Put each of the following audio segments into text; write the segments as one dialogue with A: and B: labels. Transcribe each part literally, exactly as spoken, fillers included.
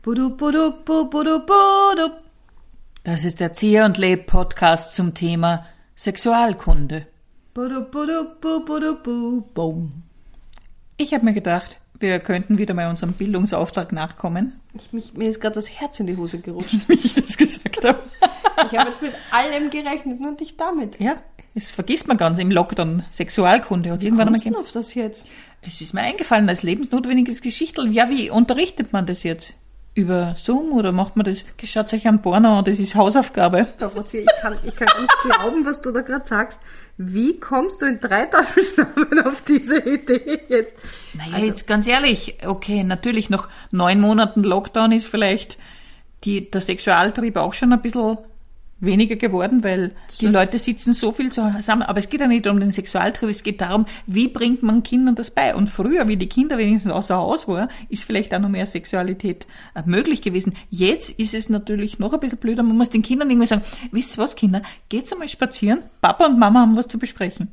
A: Das ist der Zieh und Leb Podcast zum Thema Sexualkunde. Ich habe mir gedacht, wir könnten wieder mal unserem Bildungsauftrag nachkommen.
B: Ich, mich, mir ist gerade das Herz in die Hose gerutscht.
A: Wie ich das gesagt habe.
B: Ich habe jetzt mit allem gerechnet, nur nicht damit.
A: Ja, das vergisst man ganz im Lockdown. Sexualkunde. Hat's
B: Wie
A: irgendwann
B: kommst
A: einmal
B: du denn auf das jetzt?
A: Es ist mir eingefallen als lebensnotwendiges Geschichtel. Ja, wie unterrichtet man das jetzt? Über Zoom oder macht man das? Schaut euch an Porno an, das ist Hausaufgabe.
B: Ich kann, ich kann nicht glauben, was du da gerade sagst. Wie kommst du in drei Teufelsnamen auf diese Idee jetzt?
A: Naja,
B: Also-
A: jetzt ganz ehrlich, okay, natürlich nach neun Monaten Lockdown ist vielleicht die, der Sexualtrieb auch schon ein bisschen weniger geworden, weil die Leute sitzen so viel zusammen. Aber es geht ja nicht um den Sexualtrieb, es geht darum, wie bringt man Kindern das bei? Und früher, wie die Kinder wenigstens außer Haus waren, ist vielleicht auch noch mehr Sexualität äh, möglich gewesen. Jetzt ist es natürlich noch ein bisschen blöder. Man muss den Kindern irgendwie sagen, wisst ihr was, Kinder, geht's einmal spazieren? Papa und Mama haben was zu besprechen.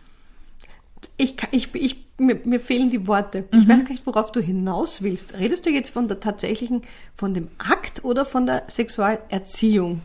B: Ich, kann- ich, ich, mir, mir fehlen die Worte. Ich weiß gar nicht, worauf du hinaus willst. Redest du jetzt von der tatsächlichen, von dem Akt oder von der Sexualerziehung?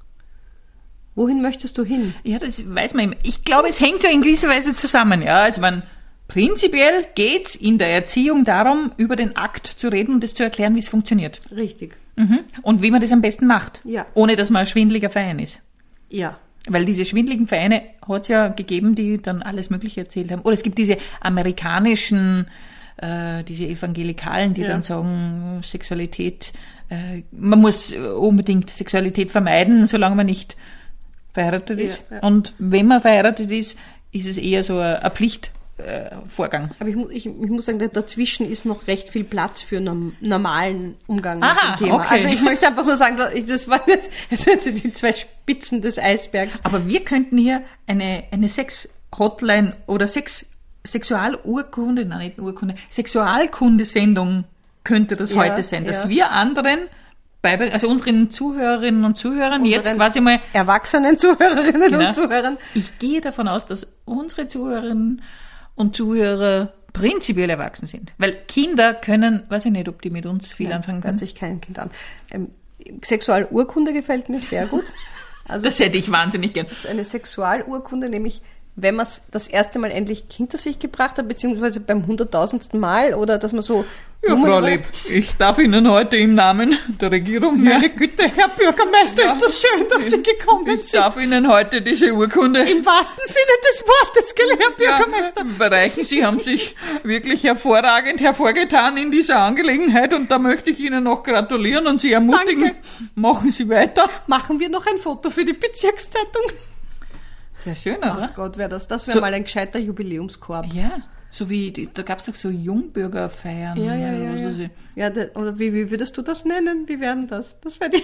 B: Wohin möchtest du hin?
A: Ja, das weiß man immer. Ich glaube, es hängt ja in gewisser Weise zusammen. Ja, also man, prinzipiell geht's in der Erziehung darum, über den Akt zu reden und das zu erklären, wie es funktioniert.
B: Richtig.
A: Mhm. Und wie man das am besten macht.
B: Ja.
A: Ohne, dass man ein schwindeliger Verein ist.
B: Ja.
A: Weil diese schwindeligen Vereine hat es ja gegeben, die dann alles Mögliche erzählt haben. Oder es gibt diese amerikanischen, äh, diese Evangelikalen, die
B: Ja.
A: dann sagen, Sexualität, äh, man muss unbedingt Sexualität vermeiden, solange man nicht verheiratet
B: Ja,
A: ist.
B: ja.
A: Und wenn man verheiratet ist, ist es eher so ein, ein Pflichtvorgang.
B: Aber ich, mu- ich, ich muss sagen, da- dazwischen ist noch recht viel Platz für einen normalen Umgang
A: Aha,
B: mit dem Thema.
A: okay.
B: Also ich möchte einfach nur sagen, da- ich- das waren jetzt, das sind jetzt die zwei Spitzen des Eisbergs.
A: Aber wir könnten hier eine, eine Sex-Hotline oder Sex, Sexualurkunde, nein, nicht Urkunde, Sexualkundesendung könnte das
B: Ja,
A: heute sein, dass
B: ja.
A: wir anderen, bei, also unseren Zuhörerinnen und Zuhörern jetzt
B: Unseren
A: quasi mal,
B: Erwachsenen Zuhörerinnen
A: Genau.
B: und Zuhörern.
A: ich gehe davon aus, dass unsere Zuhörerinnen und Zuhörer prinzipiell erwachsen sind. Weil Kinder können, weiß ich nicht, ob die mit uns viel anfangen
B: Hört
A: können.
B: sich kein Kind an. Ähm, Sexualurkunde gefällt mir sehr gut. Also
A: Das hätte ich wahnsinnig gern.
B: Das ist eine Sexualurkunde, nämlich wenn man es das erste Mal endlich hinter sich gebracht hat, beziehungsweise beim hunderttausendsten Mal, oder dass man so...
A: Ja, Frau Leb, ich darf Ihnen heute im Namen der Regierung hier,
B: Meine Güte, Herr Bürgermeister, ist das schön, dass Sie gekommen
A: ich
B: sind.
A: darf Ihnen heute diese Urkunde
B: Im wahrsten Sinne des Wortes, gell, Herr Bürgermeister.
A: Ja, bereichen. Sie haben sich wirklich hervorragend hervorgetan in dieser Angelegenheit und da möchte ich Ihnen noch gratulieren und Sie ermutigen,
B: Danke.
A: machen Sie weiter.
B: Machen wir noch ein Foto für die Bezirkszeitung?
A: Sehr schön, oder?
B: Ach Gott, wäre das, das wäre
A: So-
B: mal ein gescheiter Jubiläumskorb.
A: Ja, so wie, die, da gab's auch so Jungbürgerfeiern.
B: Ja, ja,
A: oder
B: ja.
A: was
B: ja.
A: weiß ich.
B: ja da, oder wie, wie würdest du das nennen? Wie wären das? Das wäre die...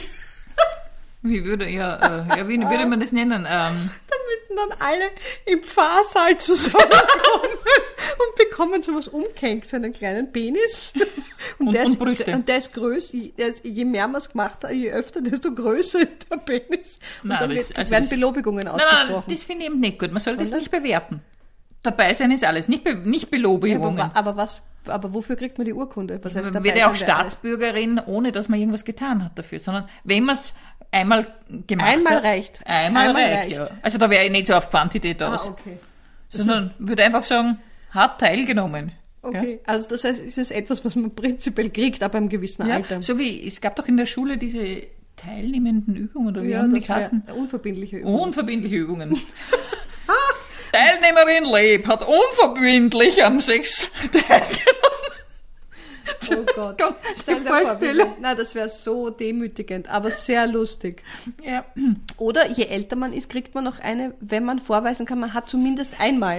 A: Wie würde, ja, äh, ja, wie würde man das nennen? Ähm,
B: Da müssten dann alle im Pfarrsaal zusammenkommen und bekommen sowas umgehängt, so einen kleinen Penis.
A: Und-
B: der
A: und
B: ist,
A: Brüste.
B: Und der ist größer, der ist, je mehr man es gemacht hat, je öfter, desto größer ist der Penis. Und
A: Nein,
B: dann
A: das-
B: wird,
A: also
B: werden
A: das-
B: Belobigungen
A: nein,
B: ausgesprochen.
A: nein, das finde ich eben nicht gut. Man soll das
B: Sondern?
A: nicht bewerten. Dabei sein ist alles, nicht, be, nicht
B: ja,
A: Belobigungen.
B: aber, aber was, aber wofür kriegt man die Urkunde? Was heißt
A: Man
B: dabei
A: wird ja auch
B: sein, wer alles-
A: Staatsbürgerin, ohne dass man irgendwas getan hat dafür, sondern wenn man es einmal gemacht
B: Einmal
A: hat.
B: reicht.
A: Einmal,
B: Einmal
A: reicht,
B: reicht.
A: ja. Also da wäre ich nicht so auf Quantität aus,
B: Ah, okay.
A: sondern würde einfach sagen, hat teilgenommen.
B: Okay, also das heißt, es ist etwas, was man prinzipiell kriegt, ab einem gewissen
A: Ja?
B: Alter.
A: So wie, es gab doch in der Schule diese teilnehmenden Übungen, oder wie
B: Ja,
A: haben die
B: das wäre
A: Kassen?
B: unverbindliche Übung.
A: Unverbindliche Übungen. Teilnehmerin Leb hat unverbindlich am Sex teilgenommen.
B: Oh Gott.
A: Komm,
B: Stell
A: die
B: dir vor,
A: Vorstelle.
B: wie- Nein, das wäre so demütigend, aber sehr lustig.
A: Ja.
B: Oder je älter man ist, kriegt man noch eine, wenn man vorweisen kann, man hat zumindest einmal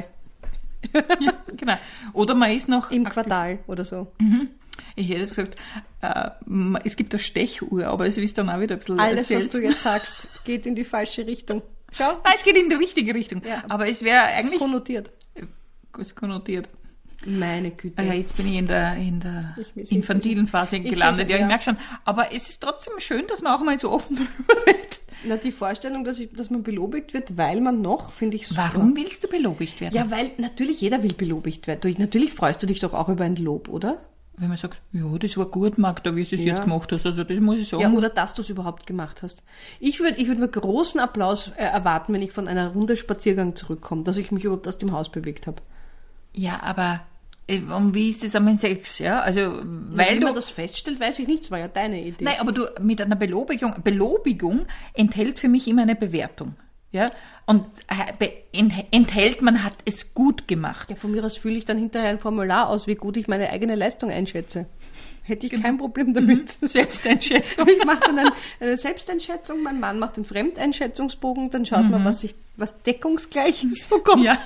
A: Ja, genau. Oder man ist noch
B: im
A: aktiv.
B: Quartal oder so.
A: Ich hätte jetzt gesagt, äh, m- es gibt eine Stechuhr, aber es ist dann auch wieder ein bisschen
B: Alles, was
A: seltsam.
B: du jetzt sagst, geht in die falsche Richtung. Schau,
A: Nein, es geht in die richtige Richtung.
B: Ja.
A: Aber es wäre
B: ist
A: eigentlich
B: konnotiert.
A: gut konnotiert.
B: Meine Güte.
A: Ah ja, jetzt bin ich in der, in der
B: Ich bin
A: infantilen Phase
B: Ich
A: gelandet.
B: sehe
A: Ja,
B: schon,
A: ich
B: ja.
A: merke schon. Aber es ist trotzdem schön, dass man auch mal so offen drüber redet.
B: Na, die Vorstellung, dass, ich, dass man belobigt wird, weil man noch, finde ich super.
A: Warum willst du belobigt werden?
B: Ja, weil natürlich jeder will belobigt werden. Du, natürlich freust du dich doch auch über ein Lob, oder?
A: wenn man sagt, ja, das war gut, Magda, wie du es
B: Ja.
A: jetzt gemacht hast. Also das muss ich sagen.
B: Ja, oder dass du es überhaupt gemacht hast. Ich würde ich würd mir großen Applaus äh, erwarten, wenn ich von einer Runde Spaziergang zurückkomme, dass ich mich überhaupt aus dem Haus bewegt habe.
A: Ja, aber äh, und wie ist das am Sex? Ja, also, weil
B: Wie
A: du...
B: man das feststellt, weiß ich nicht, das war ja deine Idee.
A: Nein, aber du, mit einer Belobigung, Belobigung enthält für mich immer eine Bewertung. Ja, und äh, be- ent- enthält, man hat es gut gemacht.
B: Ja, von mir aus fülle ich dann hinterher ein Formular aus, wie gut ich meine eigene Leistung einschätze. Hätte ich kein Problem damit.
A: Selbsteinschätzung.
B: Ich mache dann ein, eine Selbsteinschätzung, mein Mann macht einen Fremdeinschätzungsbogen, dann schaut man, was, ich, was deckungsgleich so kommt.
A: Ja.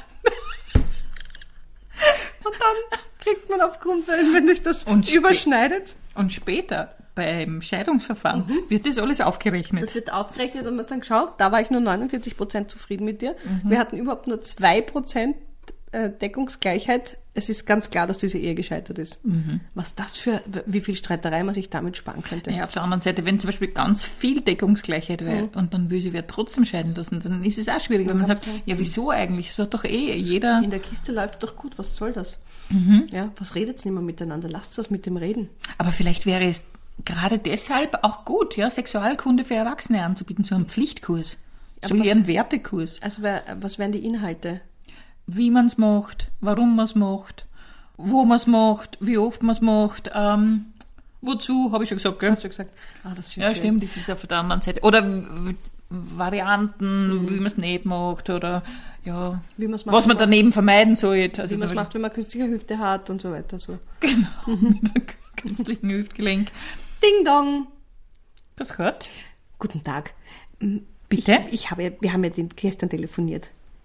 B: Und dann kriegt man aufgrund, wenn wenn sich das
A: Und spä-
B: überschneidet.
A: Und später, beim Scheidungsverfahren, wird das alles aufgerechnet.
B: Das wird aufgerechnet und man sagt, schau, da war ich nur neunundvierzig Prozent zufrieden mit dir. Wir hatten überhaupt nur zwei Prozent äh, Deckungsgleichheit. Es ist ganz klar, dass diese Ehe gescheitert ist. Was das für, wie viel Streiterei man sich damit sparen könnte.
A: Ja, auf der anderen Seite, wenn zum Beispiel ganz viel Deckungsgleichheit wäre und dann will sie wer trotzdem scheiden lassen, dann ist es auch schwierig, wenn man
B: kann
A: sagt,
B: man sagen,
A: ja, wieso eigentlich? Das hat doch eh jeder...
B: In der Kiste läuft es doch gut, was soll das? Ja, was redet's nicht mehr miteinander? Lasst das mit dem Reden.
A: Aber vielleicht wäre es gerade deshalb auch gut, ja, Sexualkunde für Erwachsene anzubieten, so einen Pflichtkurs, so
B: was-
A: ihren Wertekurs.
B: Also wer- was wären die Inhalte?
A: Wie man es macht, warum man es macht, wo man es macht, wie oft man es macht, ähm, wozu, habe ich schon gesagt, gell?
B: Hast du gesagt? Ah, das ist
A: Ja,
B: schön.
A: stimmt, das ist auf der anderen Seite. Oder w- Varianten, wie man es nicht macht, oder ja,
B: Wie man's macht,
A: was man
B: wenn man-
A: daneben vermeiden sollte. Also
B: Wie man es
A: zum
B: macht, wenn man künstliche Hüfte hat und so weiter. So.
A: Beispiel- Genau, mit einem künstlichen Hüftgelenk.
B: Ding dong!
A: Das gehört.
B: Guten Tag.
A: Bitte?
B: Ich, ich habe, ja- wir haben ja den, gestern telefoniert.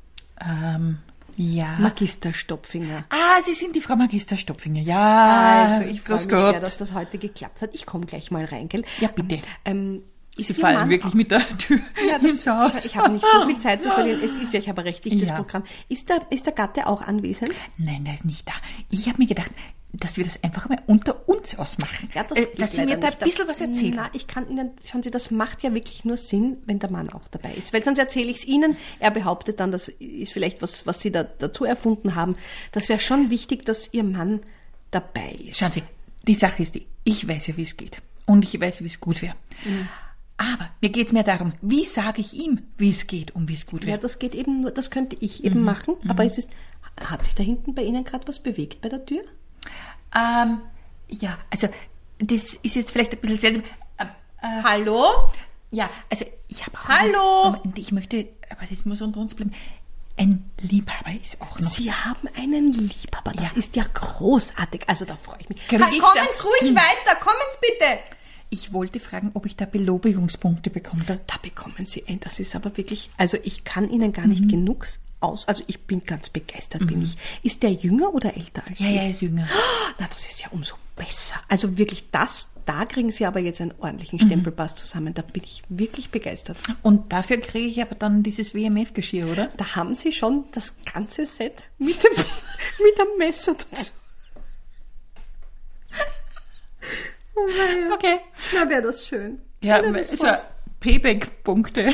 A: Ähm, ja.
B: Magister Stopfinger.
A: Ah, Sie sind die Frau Magister Stopfinger. Ja,
B: Also ich freue
A: grüß
B: mich
A: Gott.
B: sehr, dass das heute geklappt hat. Ich komme gleich mal rein, gell?
A: Ja, bitte.
B: Ähm, ist
A: Sie
B: Ihr
A: fallen
B: Mann
A: wirklich mit der Tür
B: Ja, das,
A: ins Haus.
B: ich habe nicht so viel Zeit zu verlieren. Es ist ja, ich habe ein recht dichtes
A: Ja.
B: Programm. Ist der, ist der Gatte auch anwesend?
A: Nein, der ist nicht da. Ich habe mir gedacht, dass wir das einfach mal unter uns ausmachen.
B: Ja, das
A: äh,
B: geht
A: dass Sie
B: leider
A: mir da
B: nicht.
A: ein bisschen was erzählen.
B: Na, ich kann Ihnen, schauen Sie, das macht ja wirklich nur Sinn, wenn der Mann auch dabei ist. Weil sonst erzähle ich es Ihnen. Er behauptet dann, das ist vielleicht was, was Sie da dazu erfunden haben. Das wäre schon wichtig, dass Ihr Mann dabei ist.
A: Schauen Sie, die Sache ist die, ich weiß ja, wie es geht. Und ich weiß, wie es gut wäre.
B: Mhm.
A: Aber mir geht es mehr darum, wie sage ich ihm, wie es geht und wie es gut
B: Ja,
A: wäre.
B: das geht eben nur, das könnte ich
A: Mhm.
B: eben machen. Aber es ist, hat sich da hinten bei Ihnen gerade was bewegt bei der Tür?
A: Ähm, ja, also das ist jetzt vielleicht ein bisschen seltsam. Äh, äh,
B: Hallo?
A: ja, also ich habe auch...
B: Hallo?
A: Moment, ich möchte, aber das muss unter uns bleiben, ein Liebhaber ist auch noch...
B: Sie haben einen Liebhaber. Das
A: Ja.
B: ist ja großartig. Also da freue ich mich.
A: Krieg
B: Ha,
A: ich
B: kommen
A: da-
B: Sie ruhig weiter. Kommen Sie bitte.
A: Ich wollte fragen, ob ich da Belobigungspunkte bekomme. Da
B: Da bekommen Sie ein. Das ist aber wirklich, also ich kann Ihnen gar nicht genug aus, also ich bin ganz begeistert, bin ich. Ist der jünger oder älter als
A: Ja,
B: Sie?
A: ja, er ist jünger.
B: Na, das ist ja umso besser. Also wirklich das, da kriegen Sie aber jetzt einen ordentlichen Stempelpass zusammen. Da bin ich wirklich begeistert.
A: Und dafür kriege ich aber dann dieses W M F-Geschirr, oder?
B: Da haben Sie schon das ganze Set mit dem, mit einem Messer dazu. Oh mein Gott.
A: Okay.
B: Na, wäre das schön.
A: Ja,
B: Stell dir das
A: ist
B: vor.
A: ja Payback-Punkte.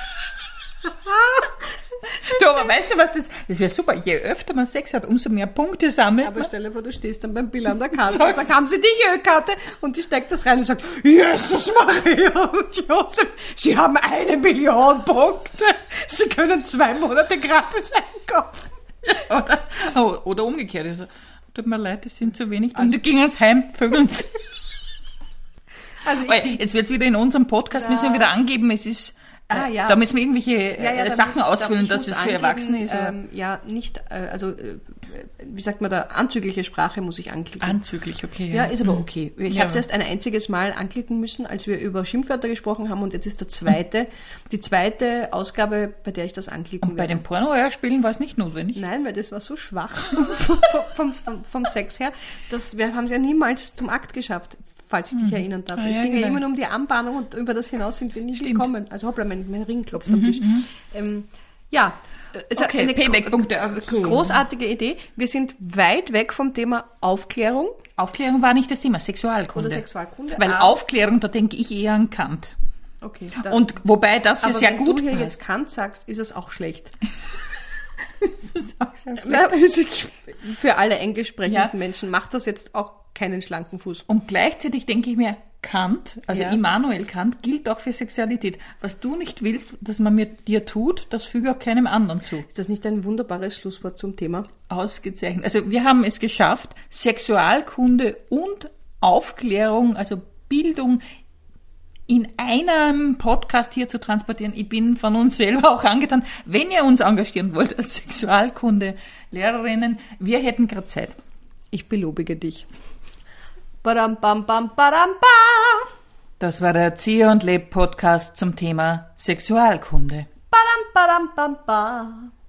A: Du, aber weißt du was, das, das wäre super. Je öfter man Sex hat, umso mehr Punkte sammelt
B: Aber
A: man.
B: stell dir vor, du stehst dann beim Bill an der Kasse
A: Sag's.
B: und dann haben sie die Jö-Karte und die steckt das rein und sagt, Jesus, Maria und Josef, Sie haben eine Million Punkte. Sie können zwei Monate gratis einkaufen.
A: Oder, oh, oder umgekehrt. Also, tut mir leid, das sind zu wenig. Und die gingen ins Heim, vögeln.
B: Also ich
A: Weil jetzt wird wieder in unserem Podcast, müssen wir wieder angeben, es ist,
B: Ah,
A: äh,
B: ja.
A: da müssen wir irgendwelche
B: Ja, ja,
A: äh,
B: da
A: Sachen
B: muss ich- da-
A: ausfüllen,
B: ich
A: dass
B: muss
A: es für
B: angeben,
A: Erwachsene ist. Oder?
B: Ähm, ja, nicht, äh, also, äh, wie sagt man da, anzügliche Sprache muss ich anklicken.
A: Anzüglich, okay.
B: Ja, ist aber okay. Ich
A: Ja,
B: habe es erst ein einziges Mal anklicken müssen, als wir über Schimpfwörter gesprochen haben und jetzt ist der zweite, die zweite Ausgabe, bei der ich das anklicken
A: Und bei
B: werde.
A: den Porno-Hörspielen war es nicht notwendig.
B: Nein, weil das war so schwach vom, vom, vom Sex her, dass wir haben es ja niemals zum Akt geschafft, falls ich dich erinnern darf.
A: Ah,
B: es
A: ja,
B: ging ja
A: genau.
B: immer nur um die Anbahnung und über das hinaus sind wir nie
A: Stimmt.
B: gekommen. Also hoppla, mein, mein Ring klopft am Tisch. Ähm, ja, es ist
A: Okay,
B: eine
A: Payback-Punkte,
B: gro-
A: okay.
B: großartige Idee. Wir sind weit weg vom Thema Aufklärung
A: Aufklärung war nicht das Thema, Sexualkunde.
B: oder Sexualkunde.
A: Weil
B: aber-
A: Aufklärung, da denke ich eher an Kant.
B: Okay, da-
A: Und wobei das ja
B: aber
A: sehr
B: wenn
A: gut
B: du hier
A: passt.
B: jetzt Kant sagst, ist es auch schlecht.
A: Das ist auch sehr schlecht.
B: Ja, es ist- Für alle englisch sprechenden
A: Ja.
B: Menschen macht das jetzt auch keinen schlanken Fuß.
A: Und gleichzeitig denke ich mir, Kant, also
B: Ja.
A: Immanuel Kant, gilt auch für Sexualität. Was du nicht willst, dass man mit dir tut, das füge auch keinem anderen zu.
B: Ist das nicht ein wunderbares Schlusswort zum Thema?
A: Ausgezeichnet. Also wir haben es geschafft, Sexualkunde und Aufklärung, also Bildung in einem Podcast hier zu transportieren. Ich bin von uns selber auch angetan. Wenn ihr uns engagieren wollt als Sexualkunde-Lehrerinnen, wir hätten gerade Zeit.
B: Ich belobige dich. Badam, bam, bam, badam, bam.
A: Das war der Erzieher und Leb Podcast zum Thema Sexualkunde.
B: Badam, badam, bam, bam.